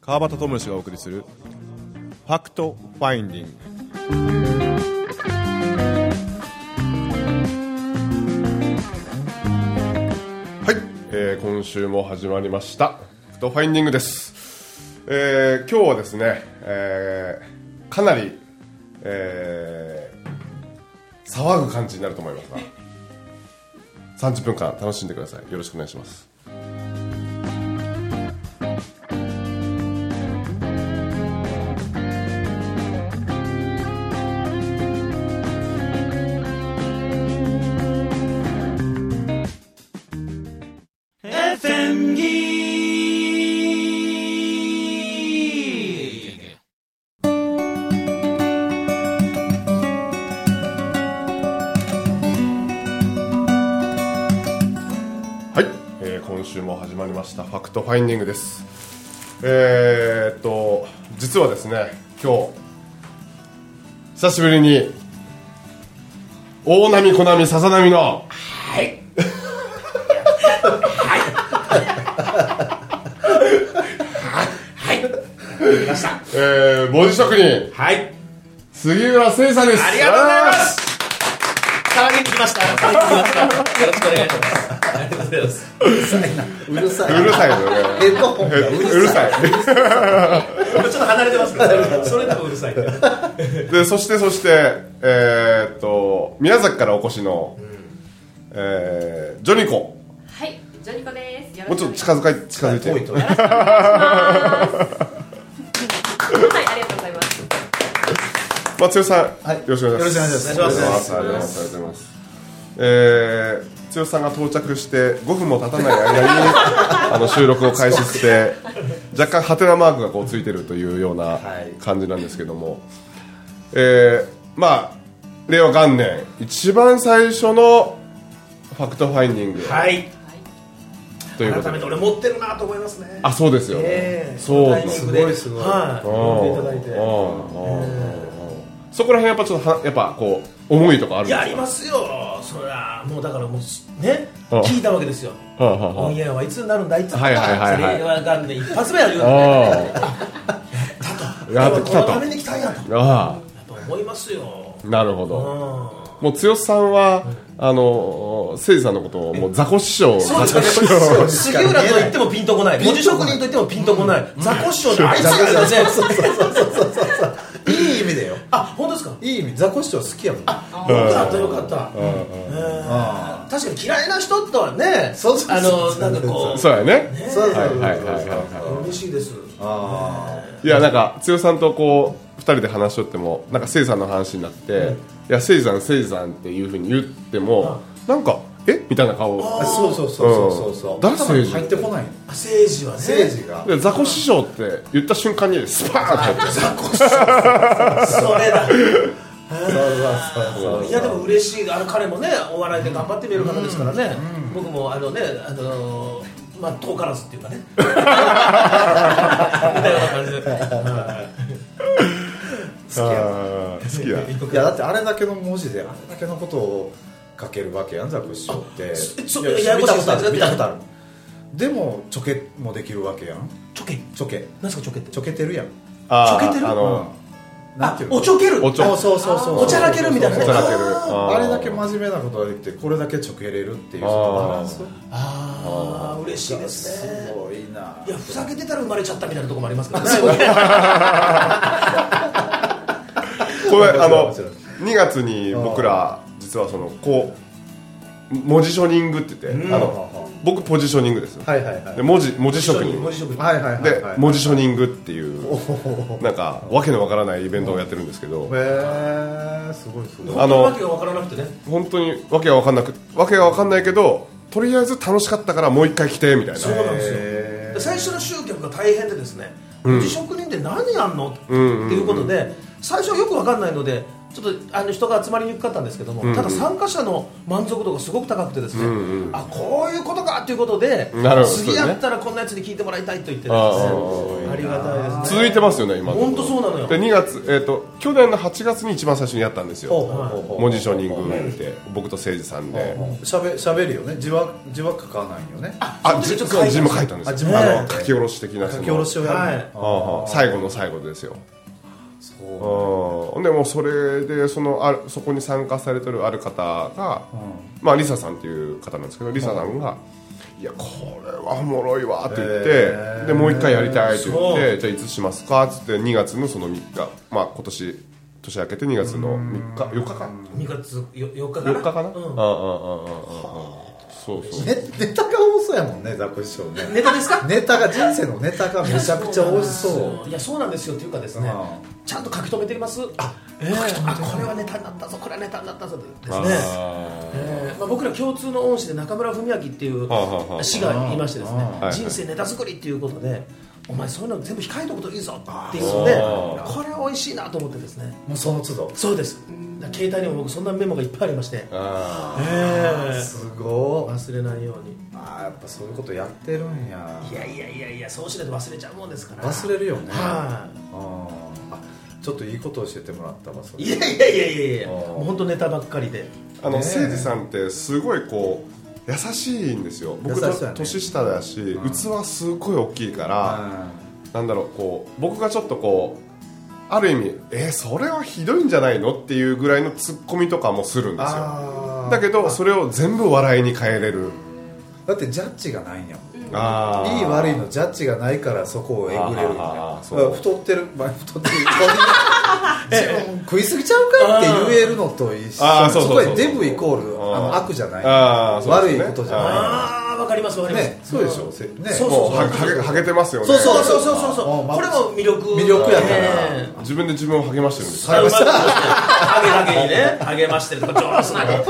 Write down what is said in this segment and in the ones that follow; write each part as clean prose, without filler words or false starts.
川端智之がお送りするファクトファインディング。 はい、今週も始まりましたファクトファインディングです。今日はですね、かなり、騒ぐ感じになると思いますが30分間楽しんでください。よろしくお願いします。今週も始まりましたファクトファインディングです。実はですね、今日久しぶりに大波小波ささ波のはいはいできました。文字職人はい杉浦誠さんです。 ありがとうございます。騒ぎに来ました。よろしくお願いします。ありがとうございます。 うるさいな。うるさい。 うるさいよね。 ヘッドホンがうるさい。 ちょっと離れてますけど、それでもうるさい。 で、そして宮崎からお越しの、ジョニコ。 はい、ジョニコです。 もうちょっと近づいて。 よろしくお願いします。はい、ありがとうございます。 剛さん、 はい、 よろしくお願いします。 よろしくお願いします。 ありがとうございます。剛さんが到着して5分も経たない間に収録を開始して若干ハテナマークがこうついてるというような感じなんですけども、まあ令和元年一番最初のファクトファインディング、 はい、 ということで改めて俺持ってるなと思いますね。 あ、そうですよね、そうなんです。 すごいすごい、はい、呼んでいただいて、 そこら辺やっぱちょっとやっぱこう思いとかあるんですか？ いや、ありますよ。それはもうだからもうね、聞いたわけですよ。オンエアはいつになるんだいつって、令和元年一発目やるようにやったと、このために来たんやとやっぱ思いますよ。 なるほど。もう剛さんは誠司さんのことをもうザコ師匠、 杉浦と言ってもピンとこない、文字職人と言ってもピンとこない、ザコ師匠であいつがですね。 いい意味でよ。 あ、本当ですか？ いい意味。ザコシショウ好きやもん。 よかったよかった。確かに嫌いな人とはね、なんかこう、 そうやね。 嬉しいです。 いや、なんか剛さんとこう2人で話しとってもなんか誠司さんの話になって、いや誠司さんっていう風に言ってもなんかみたいな顔。 そう誰誠司入ってこない。 政治はね、 政治がザコ師匠って言った瞬間にスパーンって入って、 ザコ師匠、それだ。いやでも嬉しい。彼もね、お笑いで頑張ってみる方ですからね。僕もまあ遠からずっていうかね、みたいな感じで好きや。 いやだってあれだけの文字であれだけのことを書けるわけやん、ザコシショウって。見たことある。でもチョケもできるわけやん。 チョケ何すか？チョケってチョケてるやん。 チョケてる、おちょける、 そうおちゃらけるみたいなね。 あれだけ真面目なことができてこれだけちょけれるっていうそのバランス、 嬉しいですね。 すごいな。 いや、ふざけてたら生まれちゃったみたいなところもありますけどね。 これ2月に僕ら実はこう文字ショニングって言って、僕ポジショニングですよ。で文字職人で文字ショニングっていうなんかわけのわからないイベントをやってるんですけど、 すごいわけがわからなくてね、 本当にわけがわかんないけど、とりあえず楽しかったからもう一回来てみたいな。 そうなんですよ。最初の集客が大変でですね、文字職人って何やんのっていうことで最初はよくわかんないので、 ちょっと人が集まりにくかったんですけども、ただ参加者の満足度がすごく高くてですね、こういうことかということで、次やったらこんなやつに聞いてもらいたいと言ってですね、ありがたいですね。 続いてますよね今。 本当そうなのよ。 で2月、去年の8月に一番最初にやったんですよ。文字書人宮って僕と誠司さんでしゃべるよね。字は書かないよね。 字も書いたんですよ。書き下ろし的な書き下ろしをやる。 最後の最後ですよ。でもそれでそこに参加されてるある方が、まあリサさんっていう方なんですけど、リサさんがいやこれはおもろいわって言って、でもう一回やりたいって言って、じゃあいつしますかっつって2月のその3日、まあ今年年明けて2月の3日4日か 2月4日かな 4日かな。そうネタが多そうやもんね、ザコシショウね。 ネタですか？ ネタが、人生のネタがめちゃくちゃ多そう。 いやそうなんですよ。っていうかですね、ちゃんと書き留めています。これはネタになったぞ、これはネタになったぞですね。僕ら共通の恩師で中村文明っていう師がいましてですね、人生ネタ作りっていうことで、お前そういうの全部控えとくといいぞっていうので、これは美味しいなと思ってですね、 もうその都度。 そうです。携帯にも僕そんなメモがいっぱいありまして、 すごい。 忘れないように。 やっぱそういうことやってるんや。 いやそうしないと忘れちゃうもんですから。 忘れるよね。ちょっといいことを教えてもらったわ。 いやもう本当ネタばっかりで。 誠司さんってすごいこう優しいんですよ。僕と年下だし、器すごい大きいから、なんだろう、こう僕がちょっとこうある意味それはひどいんじゃないのっていうぐらいのツッコミとかもするんですよ。だけどそれを全部笑いに変えれる。 だってジャッジがないんやもん。いい悪いのジャッジがないからそこをえぐれるんや。太ってる食いすぎちゃうかって言えるのと一緒。そこへデブイコール悪じゃない、悪いことじゃない。 わかりますわかります。 そうでしょ。 ハゲてますよね。 そうこれも魅力やから自分で自分を励ましてるんです。 ハゲにね励ましてるとか上手なに持って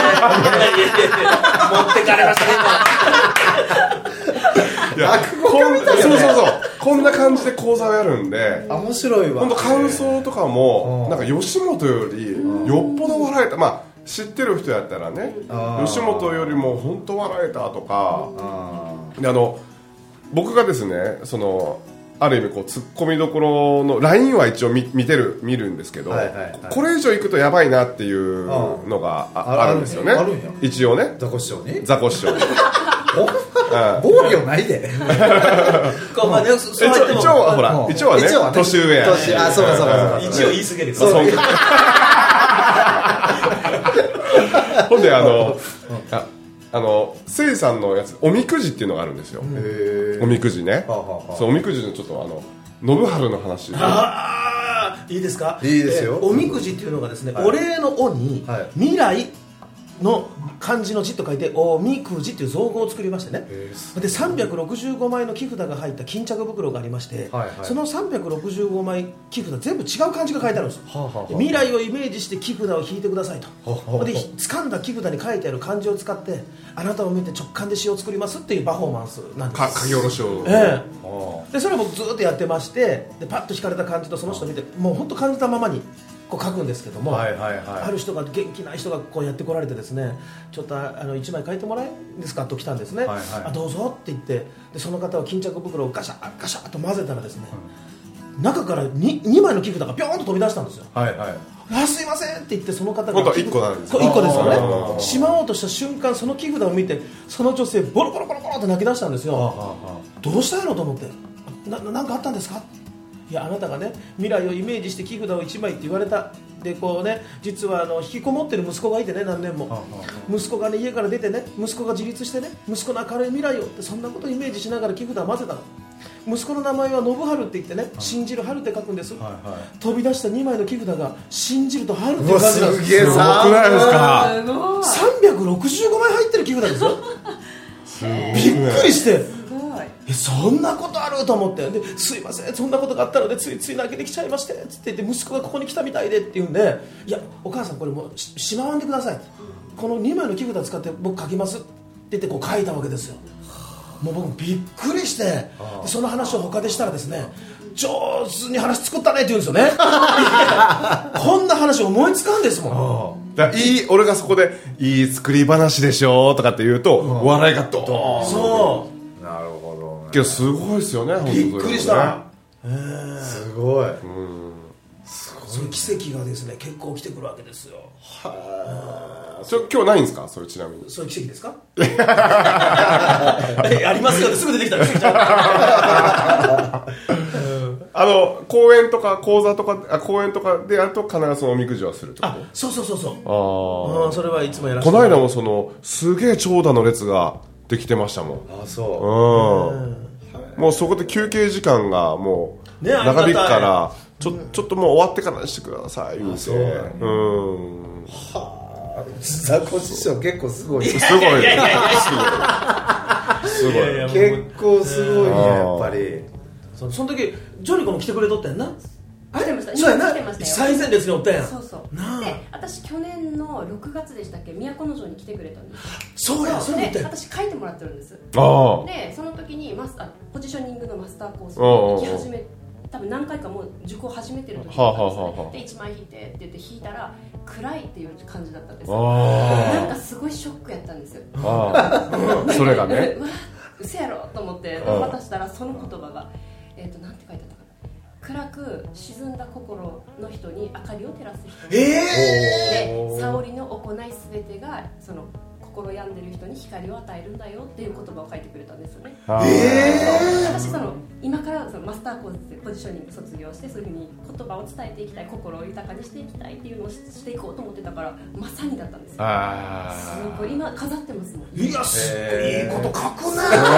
かれましたね。 こんな感じで講座をやるんで面白いわ。 本当感想とかもなんか吉本よりよっぽど笑えた。まあ知ってる人やったらね、吉本よりも本当笑えたとか。で僕がですね、ある意味こうツッコミどころのラインは一応見るんですけど、これ以上いくとやばいなっていうのがあるんですよね。一応ね、 ザコシショウに防御ないで。 一応はほら、一応はね年上や。 そうか。 一応言い過ぎる。 ほんで誠司さんのやつおみくじっていうのがあるんですよ。おみくじね。そうおみくじのちょっと信春の話。 いいですか？ いいですよ。 おみくじっていうのがですね、お礼のおに未来の漢字の字と書いておみくじっていう造語を作りましてね。で365枚の木札が入った巾着袋がありまして、その365枚木札全部違う漢字が書いてあるんですよ。未来をイメージして木札を引いてくださいと。で掴んだ木札に書いてある漢字を使ってあなたを見て直感で詩を作りますっていうパフォーマンスなんです。 書き下ろしを。 でそれを僕ずっとやってまして、でパッと引かれた漢字とその人を見てもう本当感じたままにこう書くんですけども、ある人が元気な人がこうやってこられてですね、ちょっと1枚書いてもらえんですかと来たんですね。どうぞって言って、でその方は巾着袋をガシャガシャと混ぜたらですね、中から 2枚の木札がピョーンと飛び出したんですよ。すいませんって言って、その方が 1個なんですよ。 1個ですよね。しまおうとした瞬間、その木札を見てその女性ボロボロボロボロって泣き出したんですよ。どうしたいのと思って、なんかあったんですか。いやあなたがね未来をイメージして木札を1枚って言われた。でこうね、実は引きこもってる息子がいてね、何年も息子がね家から出てね、息子が自立してね、息子の明るい未来をって、そんなことをイメージしながら木札を混ぜたの。息子の名前は信春って言ってね、信じる春って書くんです。飛び出した2枚の木札が信じると春っていう感じなんです。 すごくないですか。 365枚入ってる木札ですよ。びっくりして、そんなことあると思って、ですいませんそんなことがあったのでついつい泣けてきちゃいましてつって言って、息子がここに来たみたいでって言うんで、いやお母さんこれもうしまわんでください、この2枚の木札使って僕書きますって言ってこう書いたわけですよ。 もう僕びっくりして、でその話を他でしたらですね、上手に話作ったねって言うんですよね。こんな話思いつかんですもん。 だ俺がそこでいい作り話でしょとかって言うと、笑いがドーン。 そう。 なるほど、 けどすごいですよね。 びっくりした。 すごい。 そういう奇跡がですね結構起きてくるわけですよ。 今日ないんですか、それ。ちなみにそういう奇跡ですか？ありますよね、すぐ出てきたら奇跡ちゃう。 公演とか講座とか講演とかでやると必ずそのおみくじはするってこと？ そうそうそうそう。 それはいつもやらせてこの間もすげえ長蛇の列ができてましたもん。もうそこで休憩時間がもう長引くから、ちょっともう終わってからにしてください言うて。 ザコ師匠結構すごい。 すごい。 結構すごいね、やっぱり。 その時ジョニコも来てくれとったやんな。 来てました。 そうやな。 来てましたよ。 最前列におったやん。 そうそう。で、私去年の6月でしたっけ、都城に来てくれたんです。 そうや、それで私書いてもらってるんです。で、その時にポジショニングのマスターコースに行き始め、多分何回かもう受講始めてる時だったんですね。で、1枚引いてって言って引いたら暗いっていう感じだったんですよ。なんかすごいショックやったんですよ。 それがね。 うわ、嘘やろと思って渡したら、その言葉がなんて書いてあったかな。暗く沈んだ心の人に明かりを照らす人で、沙織の行いすべてがその心病んでる人に光を与えるんだよっていう言葉を書いてくれたんですよね。私今からマスターコースでポジショニング卒業して、そういうふうに言葉を伝えていきたい、心を豊かにしていきたいっていうのをしていこうと思ってたから、まさにだったんですよ。すごい今飾ってますもん。 いや、すごいいいこと書く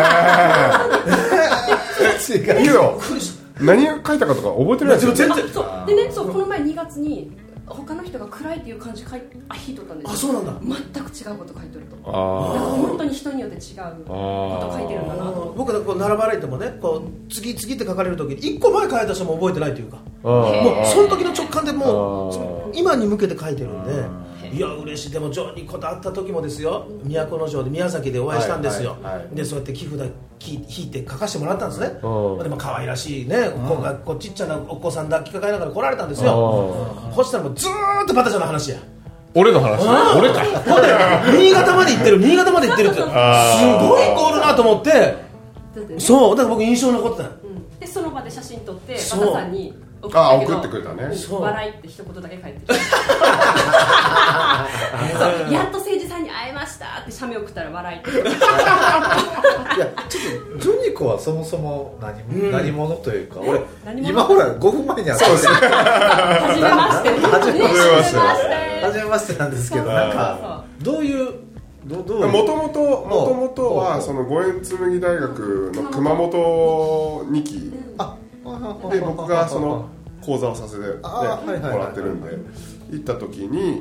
ね。 いいよ。何が書いたかとか覚えてないですよ。 全然。そうでね、この前2月に他の人が暗いっていう感じ引いとったんですよ。 そうなんだ。 全く違うこと書いてると。本当に人によって違うこと書いてるんだなと。 僕は並ばれてもね、次って書かれる時に1個前書いた人も覚えてないというか、もうその時の直感でもう今に向けて書いてるんで。いや嬉しい。でもジョニコと会った時もですよ、都城で宮崎でお会いしたんですよ。でそうやって木札引いて書かせてもらったんですね。でも可愛らしいね、ちっちゃなお子さん抱きかかえながら来られたんですよ。そしたらもうずーっとバタちゃんの話や。 俺の話？俺か。 新潟まで行ってるってすごいゴールなと思って。そうだから僕印象に残ってた。 でその場で写真撮ってバタさんに送ってくれたね。 笑いって一言だけ書いてやっと誠司さんに会えましたって写メ送ったら笑いっていや、 ちょっとジョニコはそもそも何者というか、俺今ほら5分前に会ったんですよ。 初めましてなんですけど、なんかどういうもともとはその五円紬大学の熊本2期で、僕がその講座をさせてもらってるんで、行った時に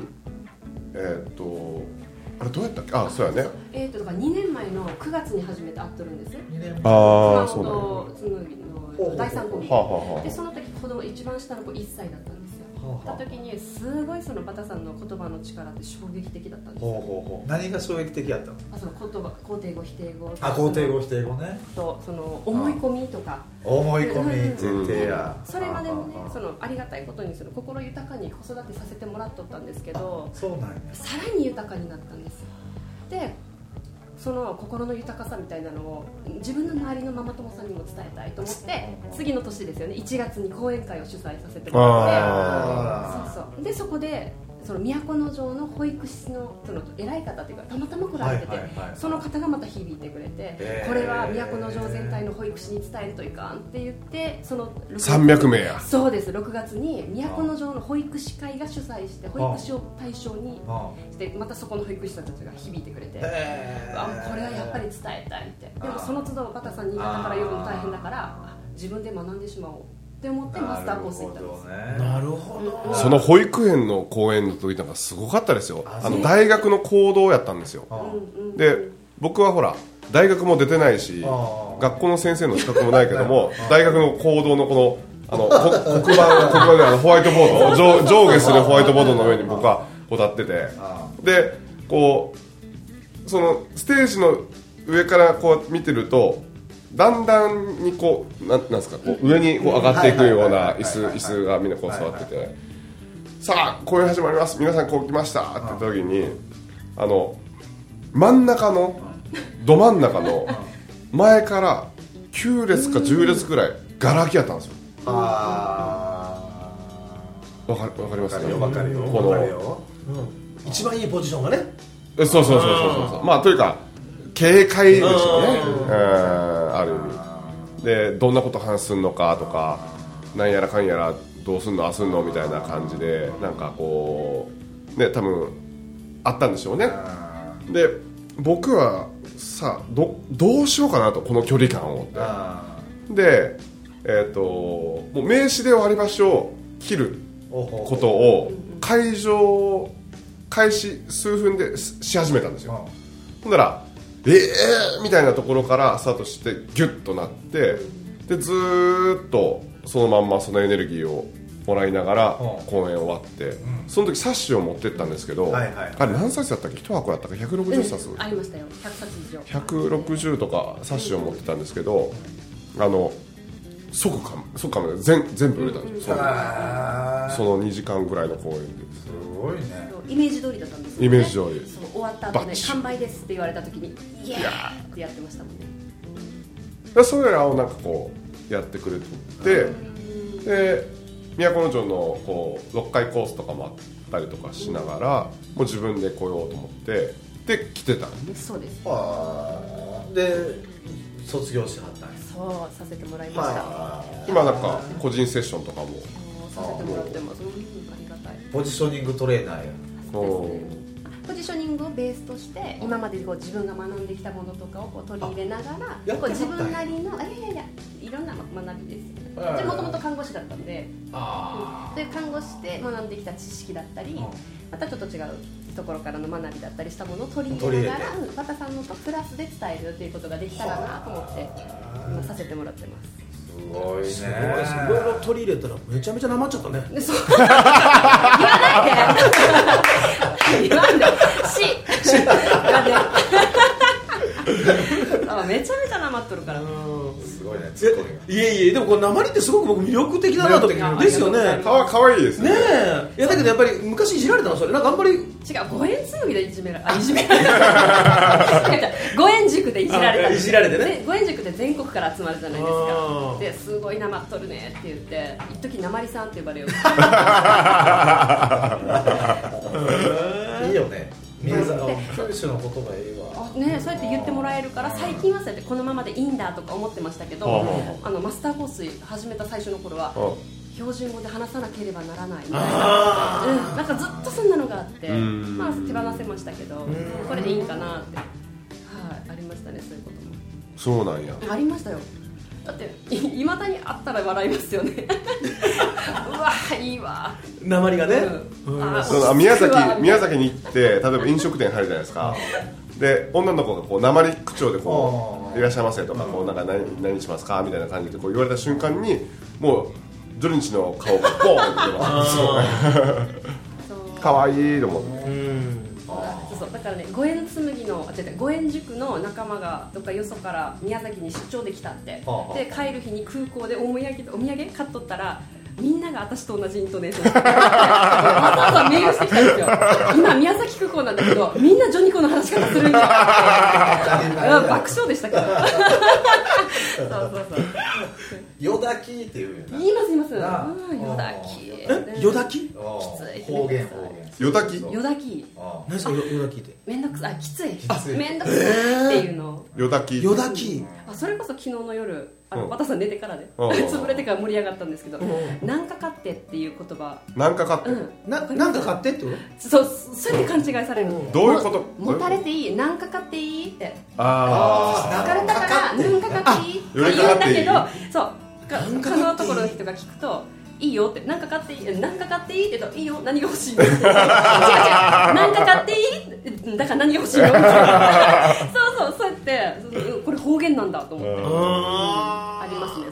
あれどうやったっけ？そうやね。 だから2年前の9月に初めて会っとるんです。 そうなん紬の第3講義で、その時一番下の子1歳だったんですよ。た時にすごいそのバタさんの言葉の力って衝撃的だったんですよ。 何が衝撃的だったの？ その言葉、肯定語否定語、 肯定語否定語ね。 とその思い込みとか、 思い込み前提や。 それまでもね、そのありがたいことにその心豊かに子育てさせてもらっとったんですけど、 そうなんや。 さらに豊かになったんですよ。でその心の豊かさみたいなのを自分の周りのママ友さんにも伝えたいと思って、次の年ですよね、1月に講演会を主催させてもらって、そうでそこでその都城の保育士のその偉い方っていうかたまたま来られてて、その方がまた響いてくれて、これは都城全体の保育士に伝えるといかんって言って、その 300名や。 そうです。6月に都城の保育士会が主催して保育士を対象にして、またそこの保育士さんたちが響いてくれて、これはやっぱり伝えたいって。でもその都度バタさん新潟から呼ぶの大変だから自分で学んでしまおうって思ってマスターコース行ったんです。 なるほど。 その保育園の講演の時なんかすごかったですよ。大学の講堂やったんですよ。で僕はほら大学も出てないし学校の先生の資格もないけども、大学の講堂のこの黒板でホワイトボード上下するホワイトボードの上に僕は立ってて、でこうそのステージの上からこう見てるとだんだんにこうなんですかこう上にこう上がっていくような椅子がみんなこう座ってて、さあ公演始まります皆さんこう来ましたって言った時に真ん中のど真ん中の前から9列か10列くらいガラ空きやったんですよ。わかりますか？ わかるよ。 この一番いいポジションがね。 そうまあというか警戒ですよね、ある意味でどんなこと話すんのかとかなんやらかんやらどうすんのあすんのみたいな感じでなんかこうね多分あったんでしょうね。で僕はさどうしようかなとこの距離感をってでもう名刺で割り箸を切ることを会場開始数分でし始めたんですよ。ほんならみたいなところからスタートしてギュッとなってでずーっとそのまんまそのエネルギーをもらいながら公演終わってその時冊子を持ってったんですけど、あれ何冊だったっけ1箱だったか160冊、 ありましたよ100冊以上 160とか冊子を持ってたんですけど即完全部売れたんですよ、その2時間ぐらいの公演ですごいね。 イメージ通りだったんですよね。 イメージ通りそう終わった後ね完売ですって言われた時にイエーってやってましたもんね。 それらをなんかこうやってくれてで都城のこう6回コースとかもあったりとかしながらもう自分で来ようと思ってで来てたんです。 そうです。 で卒業しはったんです。 そうさせてもらいました。 今なんか個人セッションとかもさせてもらってます。ありがたい。 ポジショニングトレーナーや。 ポジショニングをベースとして今までこう自分が学んできたものとかをこう取り入れながらこう自分なりのいろんな学びです。もともと看護師だったんで、で看護師で学んできた知識だったりまたちょっと違うところからの学びだったりしたものを取り入れながら和田さんのとプラスで伝えるということができたらなと思って今させてもらってます。 すごいね。 いろいろ取り入れたらめちゃめちゃなまっちゃったね。 そう言わないで言わんでめちゃめちゃなまっとるからすごいね。 いえでもこのなまりってすごく僕魅力的だなとですよね。 かわいいですね。 いやだけどやっぱり昔いじられたのそれなんかあんまり違う五円紬でいじめられ五円塾でいじられたいじられてね。 五円塾で全国から集まるじゃないですか。ですごいなまっとるねって言って一時なまりさんって呼ばれよう。 いいよね。宮崎九州の言葉いいわね、そうやって言ってもらえるから最近はそうやってこのままでいいんだとか思ってましたけどマスターコース始めた最初の頃は標準語で話さなければならないみたいな、なんかずっとそんなのがあってまあ手放せましたけどこれでいいんかなって、ありましたねそういうことも。 そうなんや。 ありましたよ。だっていまだにあったら笑いますよね。うわいいわなまりがね、 宮崎に行って例えば飲食店入るじゃないですか。で女の子がこうなまり口調でこういらっしゃいませとかこうなんか何しますかみたいな感じでこう言われた瞬間にもうジョリンチの顔がボーンって出ます。かわいいと思って。 そうだからね五円紬の五円塾の仲間がどっかよそから宮崎に出張で来たって、で帰る日に空港でお土産買っとったらみんなが私と同じイントネーションしてわざわざメールしてきたんですよ。今宮崎空港なんだけどみんなジョニコの話し方するんじゃん。爆笑でしたけど。そうよだきって言うよね。 言いますよだきよだききつい方言よだきよだき何ですかよだきってめんどくさいきついめんどくさいっていうのよだきそれこそ昨日の夜和田さん寝てからで潰れてから盛り上がったんですけどなんかかってっていう言葉なんかかってなんか買ってってことそうやって勘違いされるの。 どういうこと？ 持たれていいなんかかっていいって疲れたからなんかかっていいって言うんだけどそう他のところの人が聞くといいよってなんか買っていいなんか買っていいって言うといいよ何が欲しいの違うなんか買っていいだから何が欲しいのそうやってこれ方言なんだと思ってありますね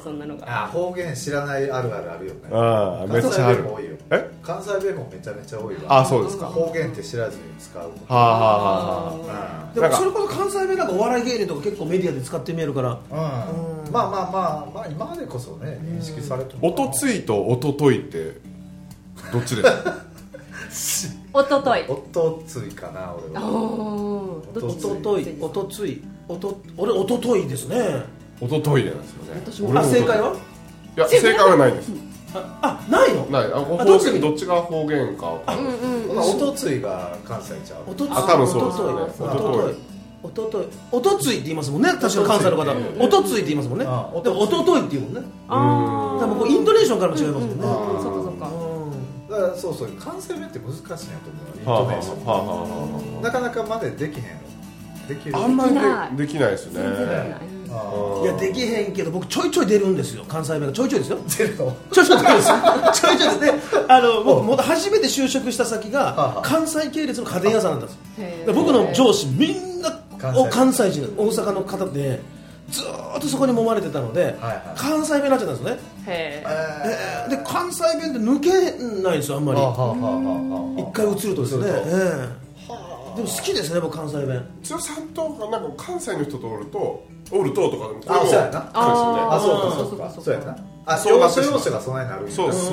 そんなのが。 方言知らないあるあるあるよね。 めっちゃある。 関西弁もめちゃめちゃ多いわ。 そうですか。 方言って知らずに使う。 でもそれこそ関西弁なんかお笑い芸人とか結構メディアで使ってみえるから。 まあ今までこそね認識されてる。 おとついとおとといってどっちですか？ おととい。 おとついかな俺は。 おととい、おとつい、俺おとといですね。 おとといなんですよね。 正解は？ いや正解はないんです。 ないの？ ない。どっちが方言か。 おとついが関西ちゃう。 多分そうですよね。 おとついって言いますもんね。確か関西の方。おとついって言いますもんね。でもおとといって言うもんね。多分こうイントネーションからも違いますもんね。 そっか。 だからそう関西弁って難しいなと思う。イントネーション。なかなかまでできへんの。できる。 あんまりできないですよね。 いやできへんけど僕ちょいちょい出るんですよ。関西弁がちょいちょいですよ。 出るの？ ちょいちょい出るんですよ。ちょいちょいで僕も初めて就職した先が関西系列の家電屋さんだったんですよ。僕の上司みんな関西人、大阪の方でずっとそこに揉まれてたので関西弁になっちゃったんですよね。で関西弁って抜けないんですよあんまり。一回移るとですね。でも好きですね僕関西弁。 剛さんとなんか関西の人とおるととかこれもそうやな。そうやな。要所がそんなになる。 そうなんです。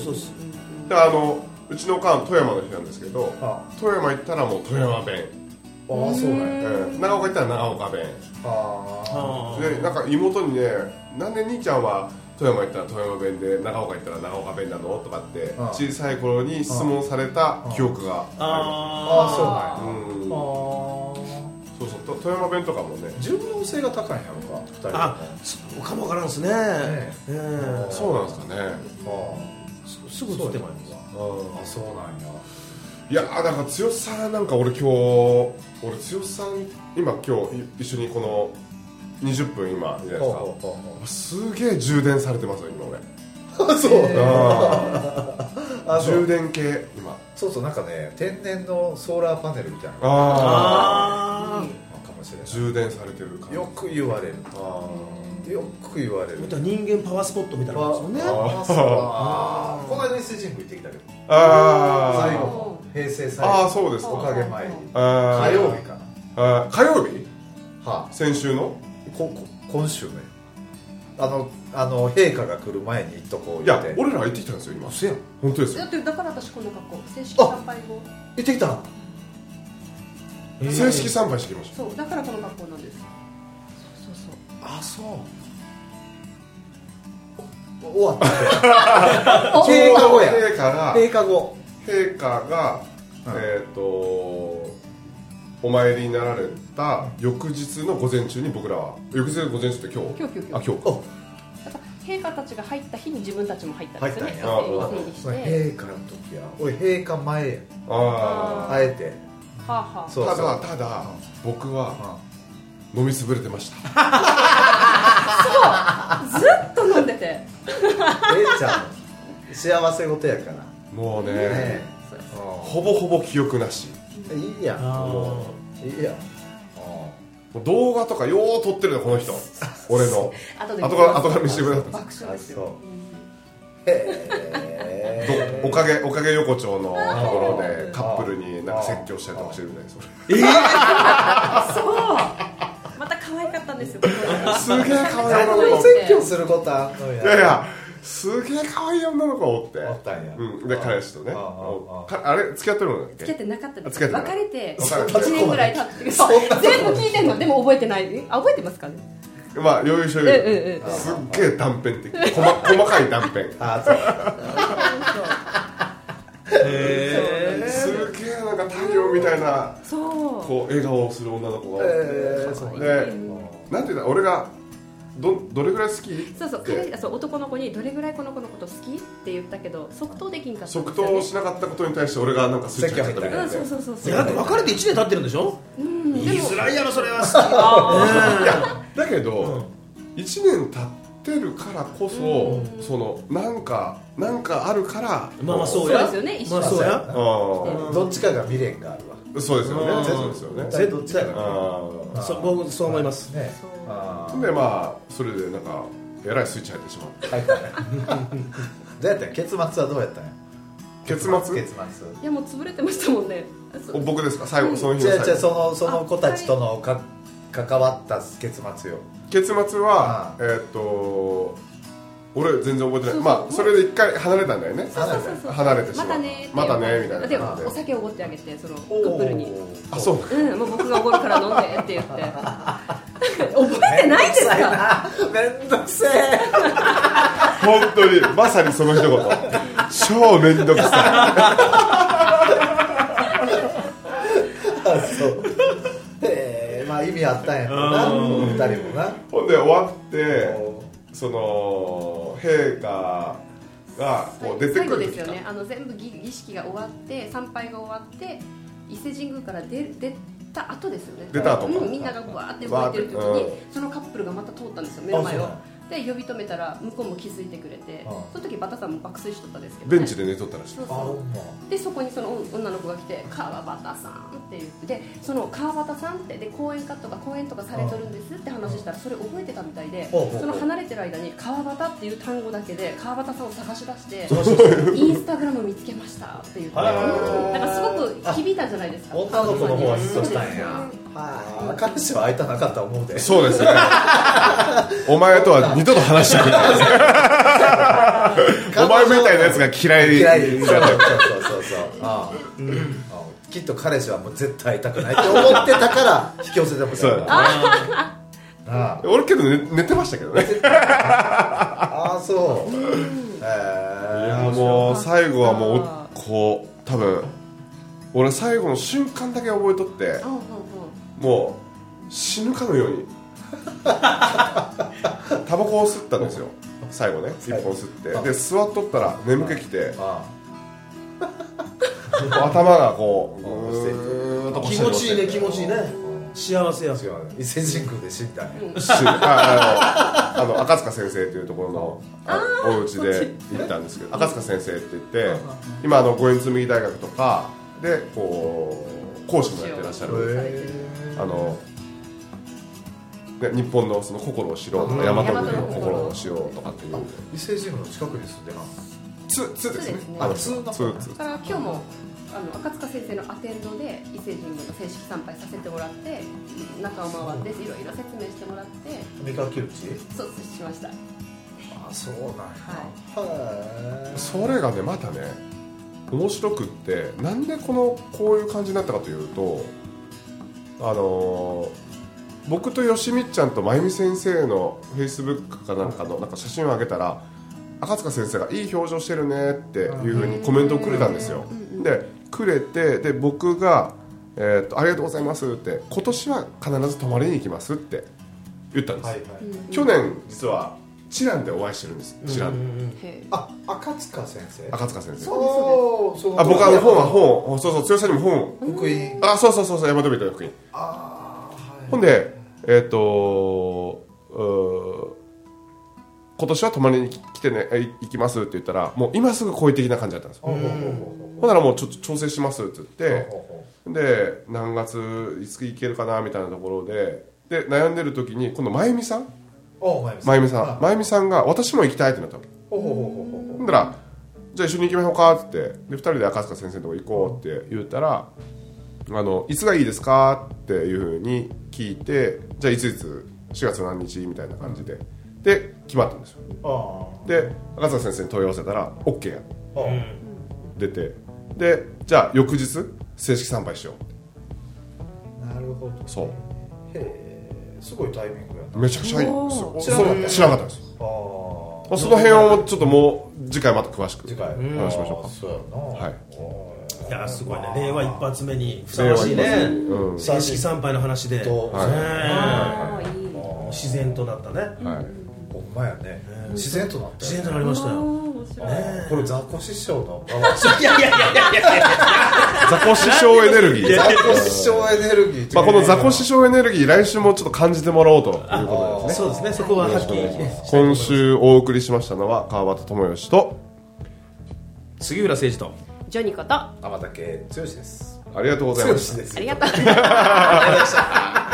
うちのおかん富山の人なんですけど、富山行ったらもう富山弁。 そうなんや。 長岡行ったら長岡弁。でなんか妹にね、なんで兄ちゃんは富山行ったら富山弁で長岡行ったら長岡弁なのとかって小さい頃に質問された記憶があります。そう富山弁とかもね順応性が高いんやろか2人。 そうかもわからんですね。 そうなんですかね。 すぐ出てまいります。そうなんや。 いやだから剛さんなんか俺剛さん今一緒にこの20分今じゃないですか。すげえ充電されてますよ今俺。 そう。 充電系今。 そうなんかね天然のソーラーパネルみたいな。かもしれない。 充電されてる感じ。 よく言われる。よく言われる。 人間パワースポットみたいなもんですよね。 この間伊勢神宮行ってきたけど。最後平成最後。 そうです。 おかげ参り。火曜日かな。火曜日？先週の？ 今週ね。陛下が来る前に行っとこう。 いや俺ら行ってきたんですよ今。本当ですよ。 だから私この格好正式参拝後。 行ってきた。 正式参拝してきました。 そうだからこの格好なんです。 そう終わった陛下後や。陛下がお参りになられた翌日の午前中に僕らは翌日の午前中って今日だから陛下たちが入った日に自分たちも入ったんですよね。 陛下の時や俺陛下前やあえて。 ただ僕は飲みつぶれてました。 そうずっと飲んでてちゃん幸せ事やからもうねほぼほぼ記憶なし。 いいやいいや。 動画とかよう撮ってるのこの人俺の後から見せてくれた。 爆笑ですよ。 おかげ横丁のところでカップルになんか説教したりとかしてるみたいです。 そうまた可愛かったんですよ。 すげえ可愛い女の子。 説教することあんのや。 いやすげえ可愛い女の子おっておったんや。 で彼氏とねあれ付き合ってるのだっけ？ 付き合ってなかったです。 別れて1年ぐらい経って全部聞いてんの。でも覚えてない。覚えてますかね？ まあ余裕しょ余裕。すっげえ断片的細かい断片。すげえなんか太陽みたいなこう笑顔をする女の子がでなんていうの俺がどれぐらい好き？ そう男の子にどれぐらいこの子のこと好きって言ったけど即答できんかったんですよね。 即答しなかったことに対して俺がなんかスイッチ入ったみたいな。 そうだって別れて1年経ってるんでしょ。言いづらいやろそれは。好き。 いやだけど1年経ってるからこそそのなんかあるからまあそうや。 そうですよね。 まあそうや。 どっちかが未練があるわ。 そうですよね。そうですよね。 どっちかが。 僕そう思います。 でまあそれでなんかえらいスイッチ入ってしまう。 はいはいどうやったん結末はどうやったんや。 結末いやもう潰れてましたもんね。 僕ですか、最後、その日の最後。 違うその子たちとの関わった結末よ。 結末は俺全然覚えてない。まあそれで一回離れたんだよね。離れてしまう。またねみたいな。 でお酒をおごってあげて、そのカップルに。 あ、そう。 もう僕がおごるから飲んでって言って。覚えてないんですか。 めんどくせえ。 本当にまさにその一言。超めんどくさい。 そうまあ意味あったんやな、2人もな。 ほんで終わってその陛下がこう出てくる最後ですよね。全部儀式が終わって参拝が終わって伊勢神宮から出た後ですよね。 出た後か、 みんながわーって動いてる時にそのカップルがまた通ったんですよ、目の前を。で呼び止めたら向こうも気づいてくれて、その時バタさんも爆睡しとったんですけど、 ベンチで寝とったらしい。 でそこにその女の子が来て、川端さんって言って、でその川端さんってで講演とかされとるんですって話したら、それ覚えてたみたいで、その離れてる間に川端っていう単語だけで川端さんを探し出してインスタグラム見つけましたって言って、だからすごく響いたんじゃないですか。 女の子の方はヒットしたんや。彼氏は会いたなかったと思うで。 そうですね。お前とは二度と話したくない。お前みたいなやつが嫌いそうきっと彼氏はもう絶対会いたくないって思ってたから引き寄せてもらった。 俺けど寝てましたけどね。 ああそう。いやもう最後はもうこう多分俺最後の瞬間だけ覚えとって、もう死ぬかのようにタバコを吸ったんですよ。最後ね一本吸って、で座っとったら眠気きて、頭がこう気持ちいいね、気持ちいいね、幸せや。 伊勢神宮で死んだね。 赤塚先生っていうところのお家で行ったんですけど、赤塚先生って言って今五円紬大学とかでこう講師もやってらっしゃる、日本のその心を知ろうとか、大和国の心を知ろうとかっていう。 伊勢神宮の近くに住んでるの。 2ですね。 だから今日も赤塚先生のアテンドで伊勢神宮の正式参拝させてもらって、中を回っていろいろ説明してもらって。 三河木内？ そうしました。 あ、そうなんや。 はい。それがねまたね面白くって、なんでこういう感じになったかというと、僕とよしみっちゃんとまゆみ先生のフェイスブックかなんかのなんか写真を上げたら、赤塚先生がいい表情してるねっていう風にコメントをくれたんですよ。でくれて、で僕が、ありがとうございますって、今年は必ず泊まりに行きますって言ったんです、去年実はチランでお会いしてるんです。チラン赤塚先生。 赤塚先生。 僕本はそう剛さんにも本福音。 そう大和ビートの福音。ほんで今年は泊まりに来てね、行きますって言ったら、もう今すぐ好意的な感じだったんですよ。ほんならもうちょっと調整しますって言って、で何月いつ行けるかなみたいなところで悩んでる時に、今度まゆみさんが私も行きたいってなったの。ほんだらじゃあ一緒に行きましょうかってで2人で赤塚先生のとこ行こうって言ったら、いつがいいですかっていうふうに聞いて、じゃあいつ4月何日みたいな感じで決まったんですよ。で赤塚先生に問い合わせたら OK や、出て、でじゃあ翌日正式参拝しよう。なるほど。 そう。 すごいタイミングやな。 めちゃくちゃいい。知らなかったです。その辺をちょっともう次回また詳しく話しましょうか。 そうやな。 はい。 いやすごいね、令和一発目にふさわしいね、正式参拝の話で、自然となったね。 ほんまやね、自然となった。 自然となりましたよ。 これザコ師匠のいやザコ師匠エネルギー。 ザコ師匠エネルギー。 このザコ師匠エネルギー、来週もちょっと感じてもらおうということですね。 そうですね、そこははっきり。 今週お送りしましたのは川端智義と杉浦誠二とジョニコと天竹剛です。 ありがとうございました。 ありがとうございました。